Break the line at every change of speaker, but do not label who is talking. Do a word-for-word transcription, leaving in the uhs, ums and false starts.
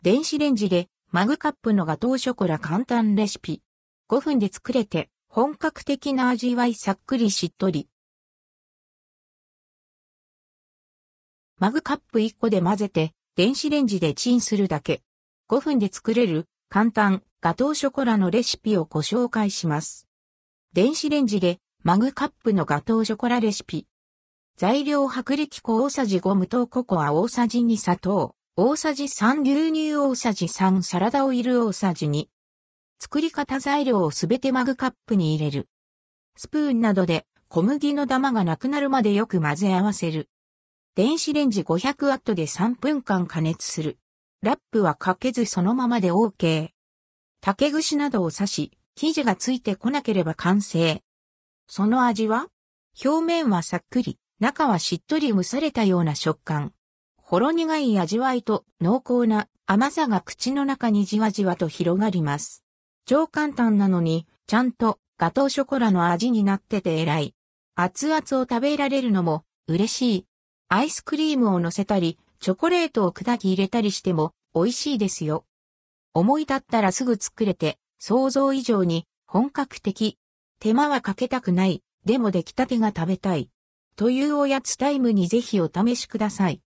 電子レンジでマグカップのガトーショコラ簡単レシピ。ごふんで作れて本格的な味わいさっくりしっとり。マグカップいっこで混ぜて電子レンジでチンするだけ。ごふんで作れる簡単ガトーショコラのレシピをご紹介します。電子レンジでマグカップのガトーショコラレシピ。材料薄力粉大さじご無糖ココア大さじに砂糖大さじさん牛乳大さじさんサラダオイル大さじに。作り方材料をすべてマグカップに入れる。スプーンなどで小麦のダマがなくなるまでよく混ぜ合わせる。電子レンジごひゃくワットでさんぷんかん加熱する。ラップはかけずそのままで OK。竹串などを刺し、生地がついてこなければ完成。その味は？表面はさっくり、中はしっとり蒸されたような食感。ほろ苦い味わいと濃厚な甘さが口の中にじわじわと広がります。超簡単なのに、ちゃんとガトーショコラの味になってて偉い。熱々を食べられるのも嬉しい。アイスクリームを乗せたり、チョコレートを砕き入れたりしても美味しいですよ。思い立ったらすぐ作れて、想像以上に本格的。手間はかけたくない。でも出来たてが食べたい。というおやつタイムにぜひお試しください。